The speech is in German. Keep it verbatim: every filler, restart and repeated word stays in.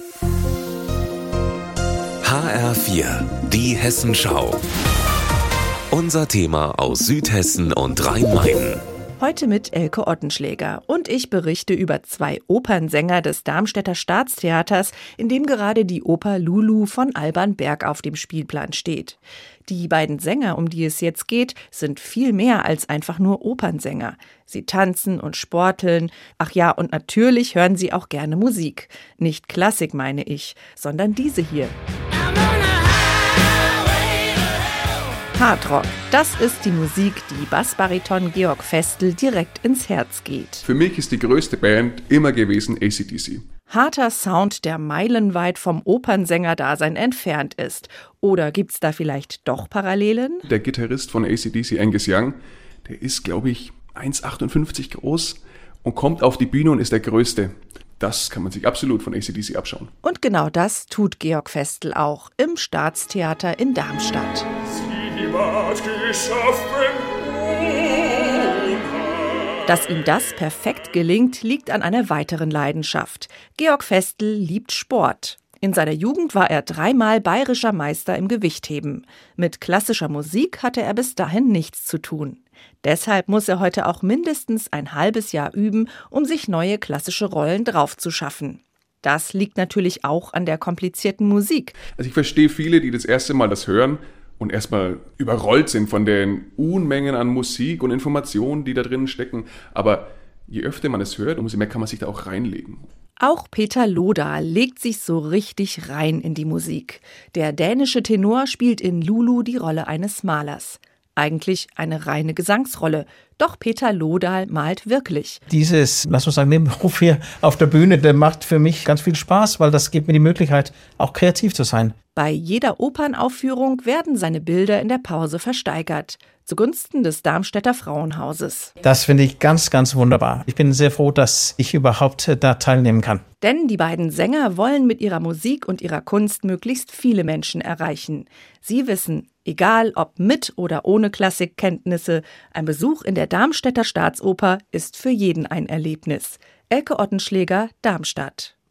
H R vier, die Hessenschau. Unser Thema aus Südhessen und Rhein-Main. Heute mit Elke Ottenschläger und ich berichte über zwei Opernsänger des Darmstädter Staatstheaters, in dem gerade die Oper Lulu von Alban Berg auf dem Spielplan steht. Die beiden Sänger, um die es jetzt geht, sind viel mehr als einfach nur Opernsänger. Sie tanzen und sporteln. Ach ja, und natürlich hören sie auch gerne Musik. Nicht Klassik meine ich, sondern diese hier. Hardrock, das ist die Musik, die Bassbariton Georg Festl direkt ins Herz geht. Für mich ist die größte Band immer gewesen A C D C. Harter Sound, der meilenweit vom Opernsänger-Dasein entfernt ist. Oder gibt's da vielleicht doch Parallelen? Der Gitarrist von A C D C, Angus Young, der ist, glaube ich, eins Komma achtundfünfzig groß und kommt auf die Bühne und ist der Größte. Das kann man sich absolut von A C D C abschauen. Und genau das tut Georg Festl auch im Staatstheater in Darmstadt. Dass ihm das perfekt gelingt, liegt an einer weiteren Leidenschaft. Georg Festl liebt Sport. In seiner Jugend war er dreimal bayerischer Meister im Gewichtheben. Mit klassischer Musik hatte er bis dahin nichts zu tun. Deshalb muss er heute auch mindestens ein halbes Jahr üben, um sich neue klassische Rollen draufzuschaffen. Das liegt natürlich auch an der komplizierten Musik. Also ich verstehe viele, die das erste Mal das hören und erstmal überrollt sind von den Unmengen an Musik und Informationen, die da drin stecken. Aber je öfter man es hört, umso mehr kann man sich da auch reinlegen. Auch Peter Lodahl legt sich so richtig rein in die Musik. Der dänische Tenor spielt in Lulu die Rolle eines Malers. Eigentlich eine reine Gesangsrolle. Doch Peter Lodahl malt wirklich. Dieses, lass uns sagen, Nebenberuf hier auf der Bühne, der macht für mich ganz viel Spaß, weil das gibt mir die Möglichkeit, auch kreativ zu sein. Bei jeder Opernaufführung werden seine Bilder in der Pause versteigert. Zugunsten des Darmstädter Frauenhauses. Das finde ich ganz, ganz wunderbar. Ich bin sehr froh, dass ich überhaupt da teilnehmen kann. Denn die beiden Sänger wollen mit ihrer Musik und ihrer Kunst möglichst viele Menschen erreichen. Sie wissen, egal ob mit oder ohne Klassikkenntnisse, ein Besuch in der Darmstädter Staatsoper ist für jeden ein Erlebnis. Elke Ottenschläger, Darmstadt.